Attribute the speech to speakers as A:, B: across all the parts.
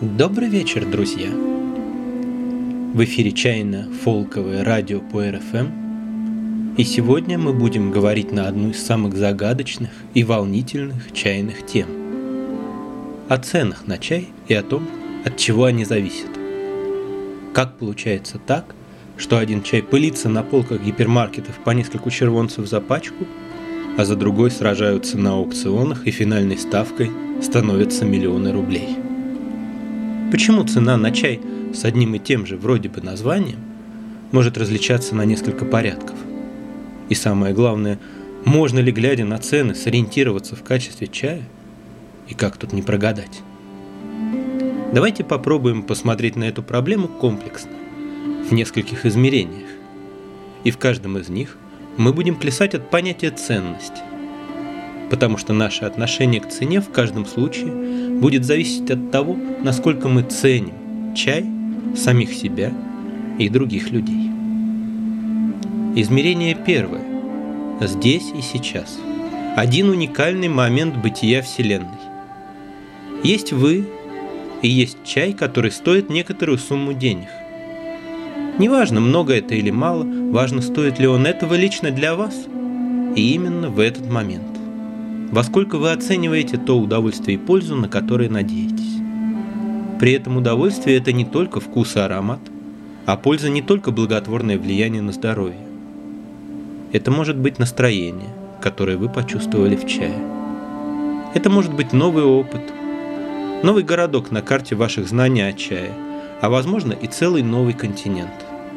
A: Добрый вечер, друзья! В эфире чайно-фолковое радио по РФМ, и сегодня мы будем говорить на одну из самых загадочных и волнительных чайных тем – о ценах на чай и о том, от чего они зависят. Как получается так, что один чай пылится на полках гипермаркетов по нескольку червонцев за пачку, а за другой сражаются на аукционах и финальной ставкой становятся миллионы рублей? Почему цена на чай с одним и тем же вроде бы названием может различаться на несколько порядков? И самое главное, можно ли, глядя на цены, сориентироваться в качестве чая? И как тут не прогадать? Давайте попробуем посмотреть на эту проблему комплексно, в нескольких измерениях. И в каждом из них мы будем плясать от понятия ценности, потому что наше отношение к цене в каждом случае будет зависеть от того, насколько мы ценим чай, самих себя и других людей. Измерение первое. Здесь и сейчас. Один уникальный момент бытия Вселенной. Есть вы и есть чай, который стоит некоторую сумму денег. Неважно, много это или мало, важно, стоит ли он этого лично для вас, и именно в этот момент. Во сколько вы оцениваете то удовольствие и пользу, на которые надеетесь. При этом удовольствие – это не только вкус и аромат, а польза не только благотворное влияние на здоровье. Это может быть настроение, которое вы почувствовали в чае. Это может быть новый опыт, новый городок на карте ваших знаний о чае, а возможно и целый новый континент.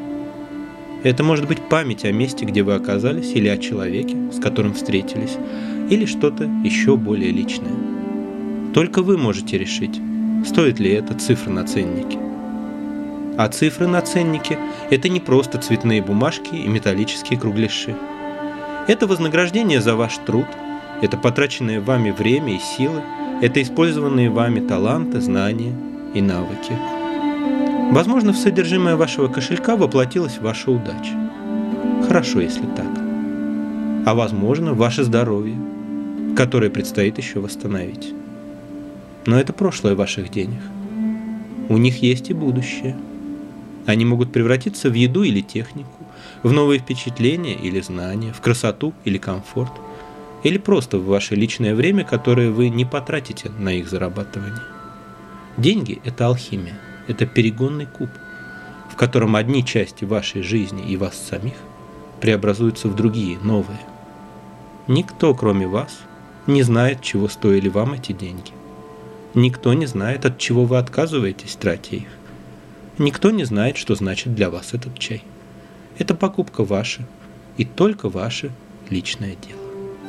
A: Это может быть память о месте, где вы оказались, или о человеке, с которым встретились, или что-то еще более личное. Только вы можете решить, стоит ли это цифры на ценнике. А цифры на ценнике – это не просто цветные бумажки и металлические кругляши. Это вознаграждение за ваш труд, это потраченное вами время и силы, это использованные вами таланты, знания и навыки. Возможно, в содержимое вашего кошелька воплотилась ваша удача. Хорошо, если так. А возможно, ваше здоровье, которое предстоит еще восстановить. Но это прошлое ваших денег. У них есть и будущее. Они могут превратиться в еду или технику, в новые впечатления или знания, в красоту или комфорт, или просто в ваше личное время, которое вы не потратите на их зарабатывание. Деньги – это алхимия. Это перегонный куб, в котором одни части вашей жизни и вас самих преобразуются в другие, новые. Никто, кроме вас, не знает, чего стоили вам эти деньги. Никто не знает, от чего вы отказываетесь, тратя их. Никто не знает, что значит для вас этот чай. Это покупка ваша и только ваше личное дело.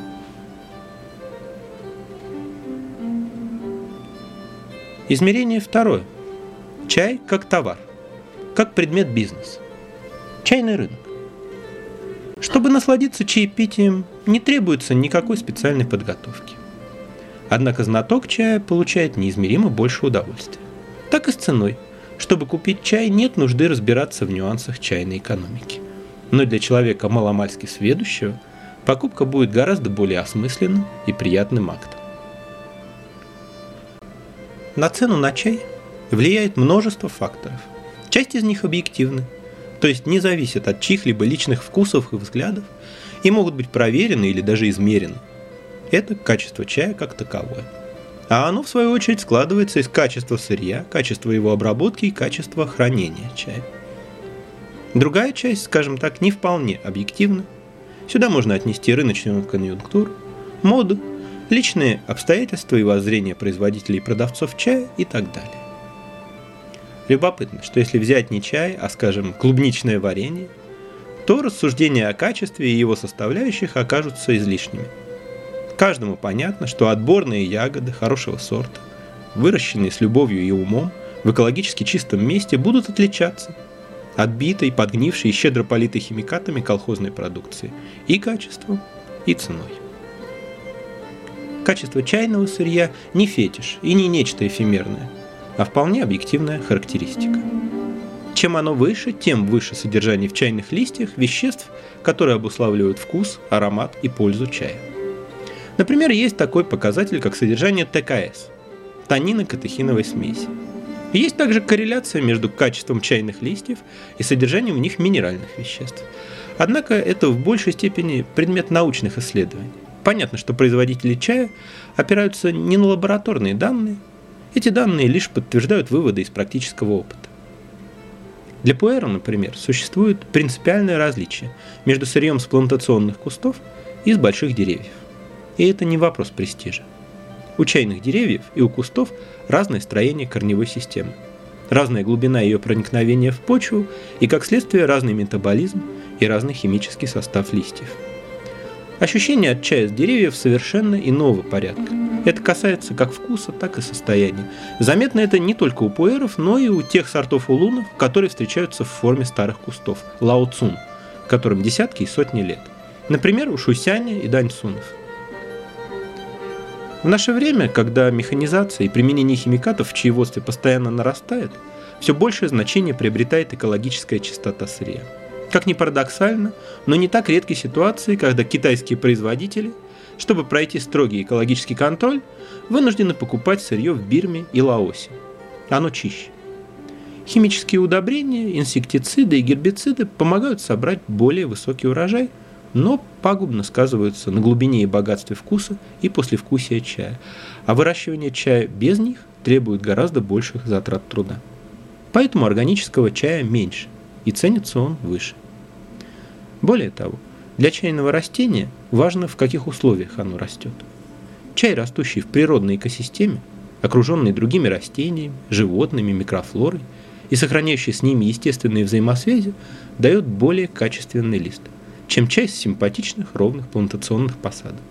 A: Измерение второе. Чай как товар, как предмет бизнеса. Чайный рынок. Чтобы насладиться чаепитием, не требуется никакой специальной подготовки. Однако знаток чая получает неизмеримо больше удовольствия. Так и с ценой. Чтобы купить чай, нет нужды разбираться в нюансах чайной экономики. Но для человека маломальски сведущего покупка будет гораздо более осмысленным и приятным актом. На цену на чай влияет множество факторов. Часть из них объективны, то есть не зависят от чьих-либо личных вкусов и взглядов и могут быть проверены или даже измерены. Это качество чая как таковое. А оно, в свою очередь, складывается из качества сырья, качества его обработки и качества хранения чая. Другая часть, скажем так, не вполне объективна. Сюда можно отнести рыночную конъюнктуру, моду, личные обстоятельства и воззрения производителей и продавцов чая и так далее. Любопытно, что если взять не чай, а, скажем, клубничное варенье, то рассуждения о качестве и его составляющих окажутся излишними. Каждому понятно, что отборные ягоды хорошего сорта, выращенные с любовью и умом, в экологически чистом месте будут отличаться от битой, подгнившей и щедро политой химикатами колхозной продукции и качеством, и ценой. Качество чайного сырья не фетиш и не нечто эфемерное, а вполне объективная характеристика. Чем оно выше, тем выше содержание в чайных листьях веществ, которые обуславливают вкус, аромат и пользу чая. Например, есть такой показатель, как содержание ТКС – танинокатехиновой смеси. Есть также корреляция между качеством чайных листьев и содержанием в них минеральных веществ. Однако это в большей степени предмет научных исследований. Понятно, что производители чая опираются не на лабораторные данные. Эти данные лишь подтверждают выводы из практического опыта. Для пуэра, например, существует принципиальное различие между сырьем с плантационных кустов и с больших деревьев. И это не вопрос престижа. У чайных деревьев и у кустов разное строение корневой системы, разная глубина ее проникновения в почву и, как следствие, разный метаболизм и разный химический состав листьев. Ощущения от чая с деревьев совершенно иного порядка. Это касается как вкуса, так и состояния. Заметно это не только у пуэров, но и у тех сортов улунов, которые встречаются в форме старых кустов – лаоцун, которым десятки и сотни лет. Например, у шусяня и даньцунов. В наше время, когда механизация и применение химикатов в чаеводстве постоянно нарастает, все большее значение приобретает экологическая чистота сырья. Как ни парадоксально, но не так редки ситуации, когда китайские производители, чтобы пройти строгий экологический контроль, вынуждены покупать сырье в Бирме и Лаосе. Оно чище. Химические удобрения, инсектициды и гербициды помогают собрать более высокий урожай, но пагубно сказываются на глубине и богатстве вкуса и послевкусия чая, а выращивание чая без них требует гораздо больших затрат труда. Поэтому органического чая меньше, и ценится он выше. Более того, для чайного растения важно, в каких условиях оно растет. Чай, растущий в природной экосистеме, окруженный другими растениями, животными, микрофлорой и сохраняющий с ними естественные взаимосвязи, дает более качественный лист, чем чай с симпатичных ровных плантационных посадок.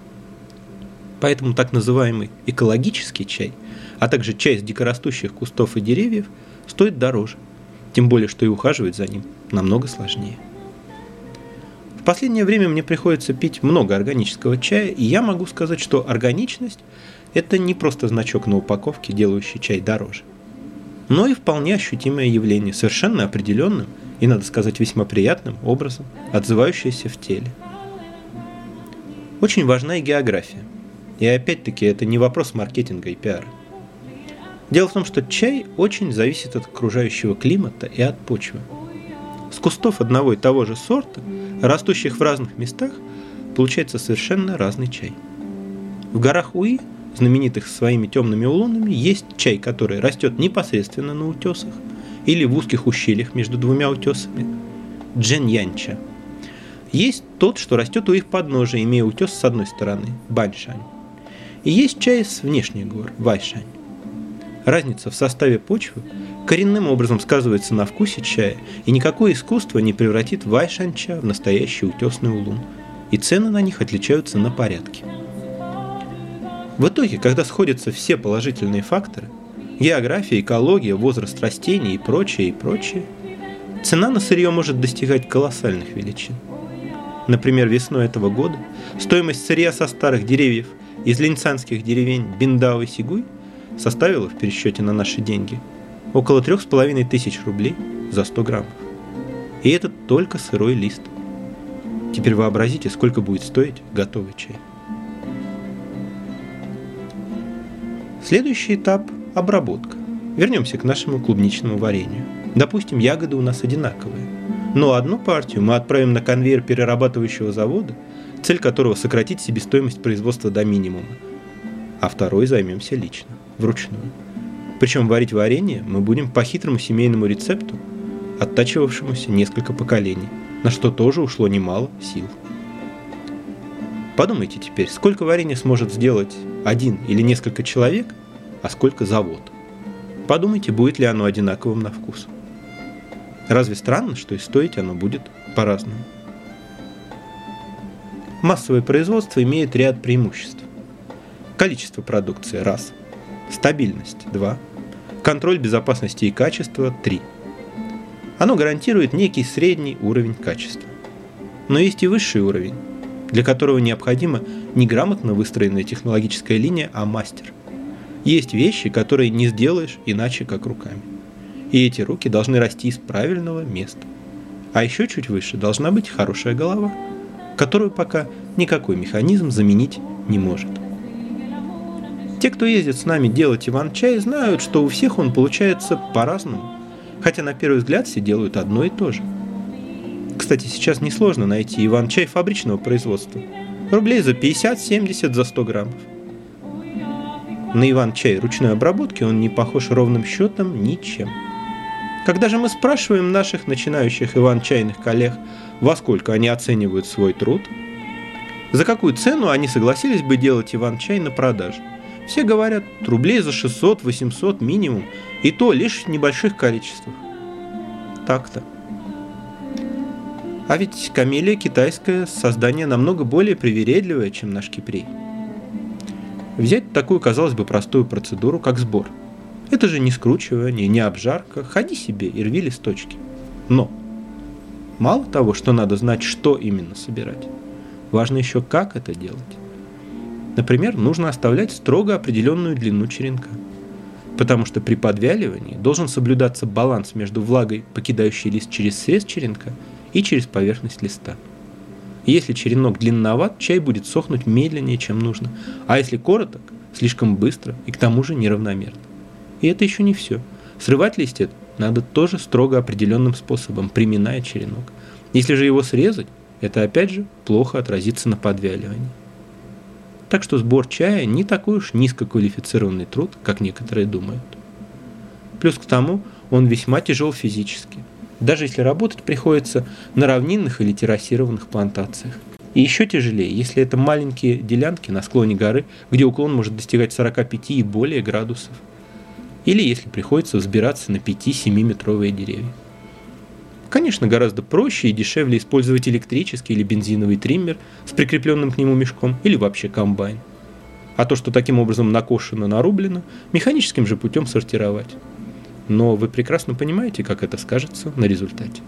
A: Поэтому так называемый экологический чай, а также чай с дикорастущих кустов и деревьев стоит дороже, тем более, что и ухаживать за ним намного сложнее. В последнее время мне приходится пить много органического чая, и я могу сказать, что органичность – это не просто значок на упаковке, делающий чай дороже, но и вполне ощутимое явление, совершенно определенным и, надо сказать, весьма приятным образом, отзывающееся в теле. Очень важна и география. И опять-таки это не вопрос маркетинга и пиара. Дело в том, что чай очень зависит от окружающего климата и от почвы. С кустов одного и того же сорта, растущих в разных местах, получается совершенно разный чай. В горах Уи, знаменитых своими темными улунами, есть чай, который растет непосредственно на утесах или в узких ущельях между двумя утесами – джэньянча. Есть тот, что растет у их подножия, имея утес с одной стороны – баньшань. И есть чай с внешних гор – вайшань. Разница в составе почвы коренным образом сказывается на вкусе чая, и никакое искусство не превратит вайшанча в настоящий утесный улун, и цены на них отличаются на порядки. В итоге, когда сходятся все положительные факторы – география, экология, возраст растений и прочее, цена на сырье может достигать колоссальных величин. Например, весной этого года стоимость сырья со старых деревьев из линьцанских деревень Биндао и Сигуй составила в пересчете на наши деньги около 3500 рублей за 100 граммов. И это только сырой лист. Теперь вообразите, сколько будет стоить готовый чай. Следующий этап – обработка. Вернемся к нашему клубничному варенью. Допустим, ягоды у нас одинаковые, но одну партию мы отправим на конвейер перерабатывающего завода, цель которого сократить себестоимость производства до минимума, а второй займемся лично, вручную. Причем варить варенье мы будем по хитрому семейному рецепту, оттачивавшемуся несколько поколений, на что тоже ушло немало сил. Подумайте теперь, сколько варенья сможет сделать один или несколько человек, а сколько завод. Подумайте, будет ли оно одинаковым на вкус. Разве странно, что и стоить оно будет по-разному? Массовое производство имеет ряд преимуществ. Количество продукции – раз. Стабильность – 2. Контроль безопасности и качества – 3. Оно гарантирует некий средний уровень качества. Но есть и высший уровень, для которого необходима не грамотно выстроенная технологическая линия, а мастер. Есть вещи, которые не сделаешь иначе, как руками. И эти руки должны расти из правильного места. А еще чуть выше должна быть хорошая голова, которую пока никакой механизм заменить не может. Те, кто ездит с нами делать иван-чай, знают, что у всех он получается по-разному, хотя на первый взгляд все делают одно и то же. Кстати, сейчас несложно найти иван-чай фабричного производства. Рублей за 50-70 за 100 граммов. На иван-чай ручной обработки он не похож ровным счетом ничем. Когда же мы спрашиваем наших начинающих иван-чайных коллег, во сколько они оценивают свой труд, за какую цену они согласились бы делать иван-чай на продажу, все говорят рублей за 600-800 минимум, и то лишь в небольших количествах. Так-то. А ведь камелия китайское создание намного более привередливое, чем наш кипрей. Взять такую, казалось бы, простую процедуру, как сбор. Это же не скручивание, не обжарка, ходи себе и рви листочки. Но мало того, что надо знать, что именно собирать, важно еще, как это делать. Например, нужно оставлять строго определенную длину черенка, потому что при подвяливании должен соблюдаться баланс между влагой, покидающей лист через срез черенка, и через поверхность листа. Если черенок длинноват, чай будет сохнуть медленнее, чем нужно, а если короток, слишком быстро и к тому же неравномерно. И это еще не все. Срывать листья надо тоже строго определенным способом, приминая черенок. Если же его срезать, это опять же плохо отразится на подвяливании. Так что сбор чая не такой уж низкоквалифицированный труд, как некоторые думают. Плюс к тому, он весьма тяжел физически, даже если работать приходится на равнинных или террасированных плантациях. И еще тяжелее, если это маленькие делянки на склоне горы, где уклон может достигать 45 и более градусов. Или если приходится взбираться на 5-7 метровые деревья. Конечно, гораздо проще и дешевле использовать электрический или бензиновый триммер с прикрепленным к нему мешком или вообще комбайн. А то, что таким образом накошено, нарублено, механическим же путем сортировать. Но вы прекрасно понимаете, как это скажется на результате.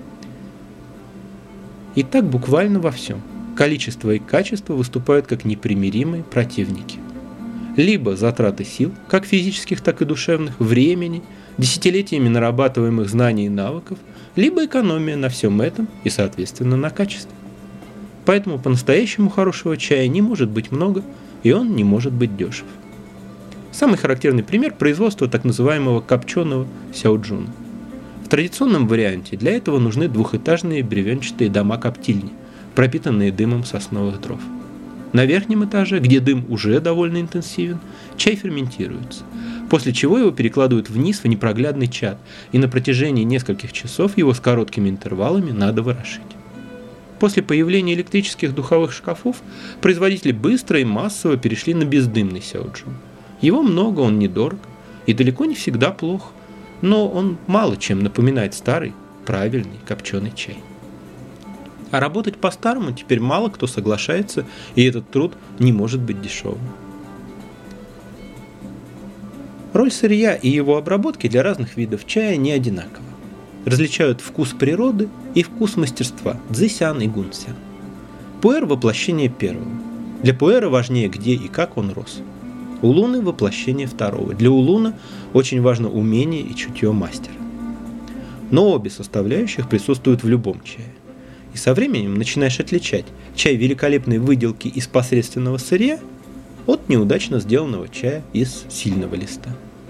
A: И так буквально во всем. Количество и качество выступают как непримиримые противники. Либо затраты сил, как физических, так и душевных, времени, десятилетиями нарабатываемых знаний и навыков, либо экономия на всем этом и, соответственно, на качестве. Поэтому по-настоящему хорошего чая не может быть много, и он не может быть дешев. Самый характерный пример – производства так называемого копченого сяоджуна. В традиционном варианте для этого нужны двухэтажные бревенчатые дома-коптильни, пропитанные дымом сосновых дров. На верхнем этаже, где дым уже довольно интенсивен, чай ферментируется, после чего его перекладывают вниз в непроглядный чад, и на протяжении нескольких часов его с короткими интервалами надо ворошить. После появления электрических духовых шкафов производители быстро и массово перешли на бездымный сяоджун. Его много, он недорог и далеко не всегда плох, но он мало чем напоминает старый, правильный копченый чай. А работать по-старому теперь мало кто соглашается, и этот труд не может быть дешевым. Роль сырья и его обработки для разных видов чая не одинакова. Различают вкус природы и вкус мастерства – цзысян и гунсян. Пуэр – воплощение первого. Для пуэра важнее, где и как он рос. Улуны – воплощение второго. Для улуна очень важно умение и чутье мастера. Но обе составляющих присутствуют в любом чае. И со временем начинаешь отличать чай великолепной выделки из посредственного сырья от неудачно сделанного чая из сильного листа.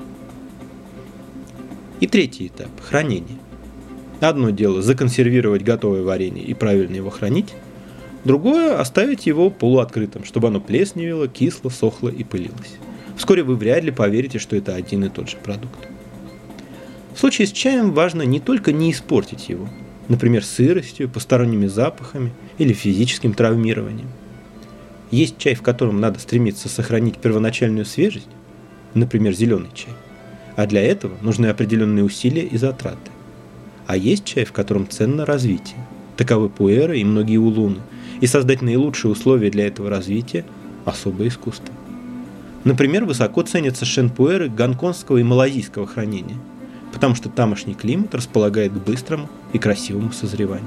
A: И третий этап – хранение. Одно дело законсервировать готовое варенье и правильно его хранить, другое – оставить его полуоткрытым, чтобы оно плесневело, кисло, сохло и пылилось. Вскоре вы вряд ли поверите, что это один и тот же продукт. В случае с чаем важно не только не испортить его, например, сыростью, посторонними запахами или физическим травмированием. Есть чай, в котором надо стремиться сохранить первоначальную свежесть, например, зеленый чай, а для этого нужны определенные усилия и затраты. А есть чай, в котором ценно развитие, таковы пуэры и многие улуны, и создать наилучшие условия для этого развития – особое искусство. Например, высоко ценятся шен-пуэры гонконгского и малайзийского хранения, потому что тамошний климат располагает к быстрому и красивому созреванию.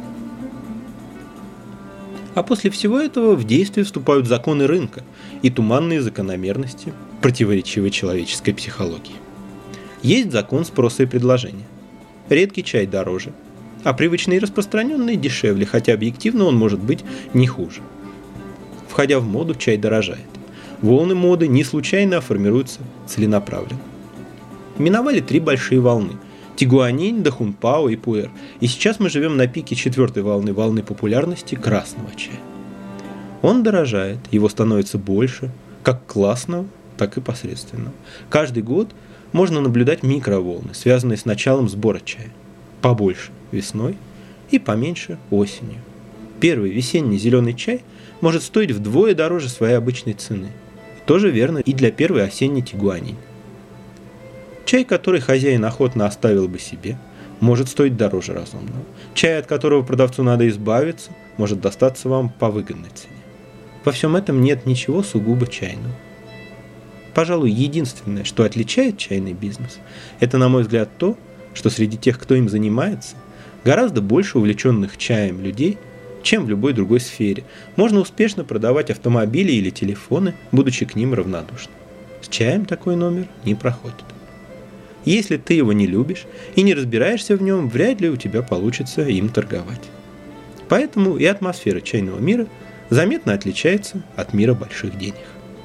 A: А после всего этого в действие вступают законы рынка и туманные закономерности противоречивой человеческой психологии. Есть закон спроса и предложения. Редкий чай дороже, а привычный и распространенный дешевле, хотя объективно он может быть не хуже. Входя в моду, чай дорожает. Волны моды не случайно формируются целенаправленно. Миновали 3 большие волны – Тигуанин, Дахунпао и Пуэр. И сейчас мы живем на пике 4-й волны популярности красного чая. Он дорожает, его становится больше, как классного, так и посредственного. Каждый год можно наблюдать микроволны, связанные с началом сбора чая. Побольше весной и поменьше осенью. Первый весенний зеленый чай может стоить вдвое дороже своей обычной цены. Тоже верно и для первой осенней Тигуанин. Чай, который хозяин охотно оставил бы себе, может стоить дороже разумного. Чай, от которого продавцу надо избавиться, может достаться вам по выгодной цене. Во всем этом нет ничего сугубо чайного. Пожалуй, единственное, что отличает чайный бизнес, это, на мой взгляд, то, что среди тех, кто им занимается, гораздо больше увлеченных чаем людей, чем в любой другой сфере. Можно успешно продавать автомобили или телефоны, будучи к ним равнодушным. С чаем такой номер не проходит. Если ты его не любишь и не разбираешься в нем, вряд ли у тебя получится им торговать. Поэтому и атмосфера чайного мира заметно отличается от мира больших денег.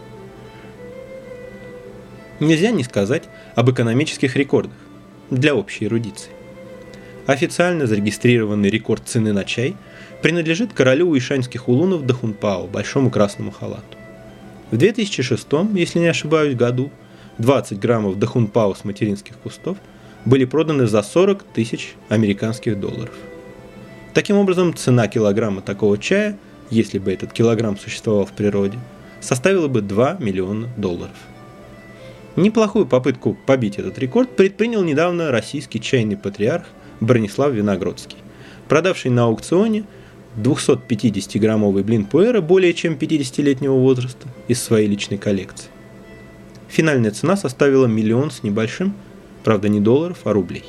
A: Нельзя не сказать об экономических рекордах для общей эрудиции. Официально зарегистрированный рекорд цены на чай принадлежит королю уишаньских улунов Дахунпао, большому красному халату. В 2006, если не ошибаюсь, году 20 граммов Дахунпао с материнских кустов были проданы за 40 тысяч американских долларов. Таким образом, цена килограмма такого чая, если бы этот килограмм существовал в природе, составила бы $2 миллиона. Неплохую попытку побить этот рекорд предпринял недавно российский чайный патриарх Бронислав Виногродский, продавший на аукционе 250-граммовый блин пуэра более чем 50-летнего возраста из своей личной коллекции. Финальная цена составила $1 миллион с небольшим, правда не долларов, а рублей.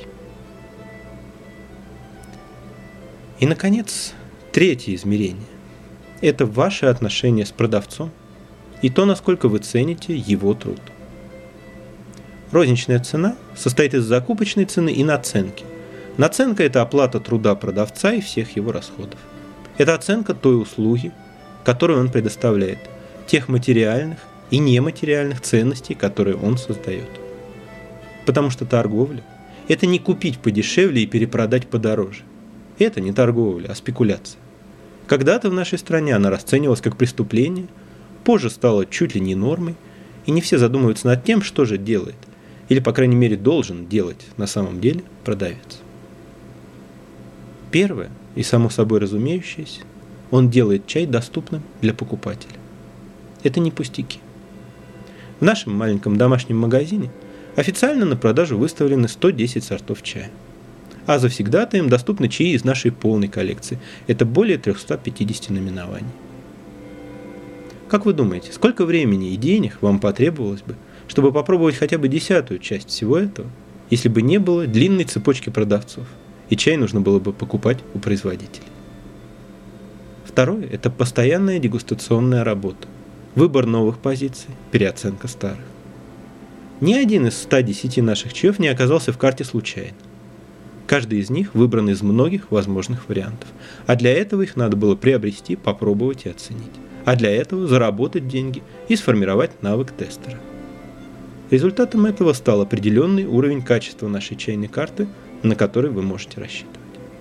A: И, наконец, третье измерение – это ваши отношения с продавцом и то, насколько вы цените его труд. Розничная цена состоит из закупочной цены и наценки. Наценка – это оплата труда продавца и всех его расходов. Это оценка той услуги, которую он предоставляет, тех материальных и нематериальных ценностей, которые он создает. Потому что торговля – это не купить подешевле и перепродать подороже. Это не торговля, а спекуляция. Когда-то в нашей стране она расценивалась как преступление, позже стала чуть ли не нормой, и не все задумываются над тем, что же делает, или, по крайней мере, должен делать на самом деле продавец. Первое, и само собой разумеющееся, он делает чай доступным для покупателя. Это не пустяки. В нашем маленьком домашнем магазине официально на продажу выставлены 110 сортов чая. А завсегдатаям доступны чаи из нашей полной коллекции. Это более 350 наименований. Как вы думаете, сколько времени и денег вам потребовалось бы, чтобы попробовать хотя бы 10-ю часть всего этого, если бы не было длинной цепочки продавцов, и чай нужно было бы покупать у производителей? Второе – это постоянная дегустационная работа, выбор новых позиций, переоценка старых. Ни один из 110 наших чаев не оказался в карте случайно. Каждый из них выбран из многих возможных вариантов, а для этого их надо было приобрести, попробовать и оценить. А для этого заработать деньги и сформировать навык тестера. Результатом этого стал определенный уровень качества нашей чайной карты, на который вы можете рассчитывать.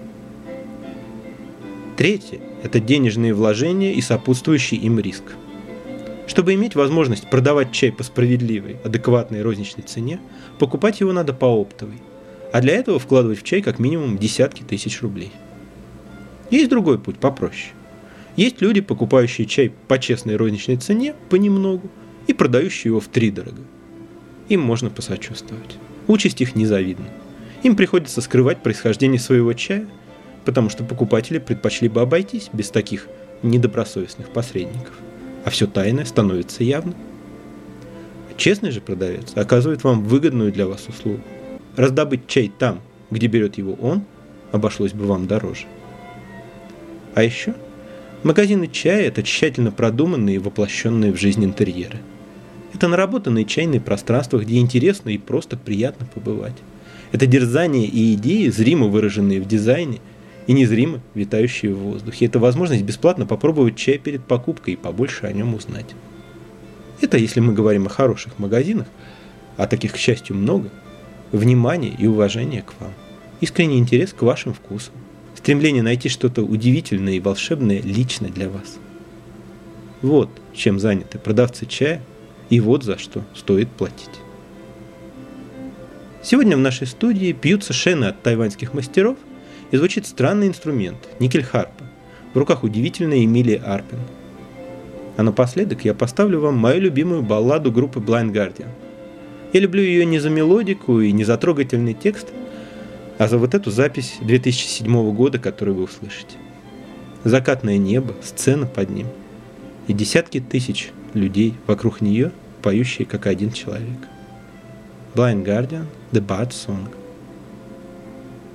A: Третье – это денежные вложения и сопутствующий им риск. Чтобы иметь возможность продавать чай по справедливой, адекватной розничной цене, покупать его надо по оптовой, а для этого вкладывать в чай как минимум десятки тысяч рублей. Есть другой путь, попроще. Есть люди, покупающие чай по честной розничной цене, понемногу, и продающие его втридорога. Им можно посочувствовать. Участь их незавидна. Им приходится скрывать происхождение своего чая, потому что покупатели предпочли бы обойтись без таких недобросовестных посредников. А все тайное становится явным. Честный же продавец оказывает вам выгодную для вас услугу. Раздобыть чай там, где берет его он, обошлось бы вам дороже. А еще магазины чая – это тщательно продуманные и воплощенные в жизнь интерьеры. Это наработанные чайные пространства, где интересно и просто приятно побывать. Это дерзание и идеи, зримо выраженные в дизайне и незримо витающие в воздухе. Это возможность бесплатно попробовать чай перед покупкой и побольше о нем узнать. Это если мы говорим о хороших магазинах, а таких, к счастью, много, внимание и уважение к вам, искренний интерес к вашим вкусам, стремление найти что-то удивительное и волшебное лично для вас. Вот чем заняты продавцы чая, и вот за что стоит платить. Сегодня в нашей студии пьются шены от тайваньских мастеров, и звучит странный инструмент – никель-харпа, в руках удивительной Эмилии Арпен. А напоследок я поставлю вам мою любимую балладу группы Blind Guardian. Я люблю ее не за мелодику и не за трогательный текст, а за вот эту запись 2007 года, которую вы услышите. Закатное небо, сцена под ним и десятки тысяч людей вокруг нее, поющие как один человек. Blind Guardian, The Bad Song.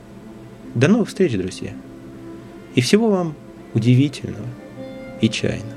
A: До новых встреч, друзья! И всего вам удивительного и чайного.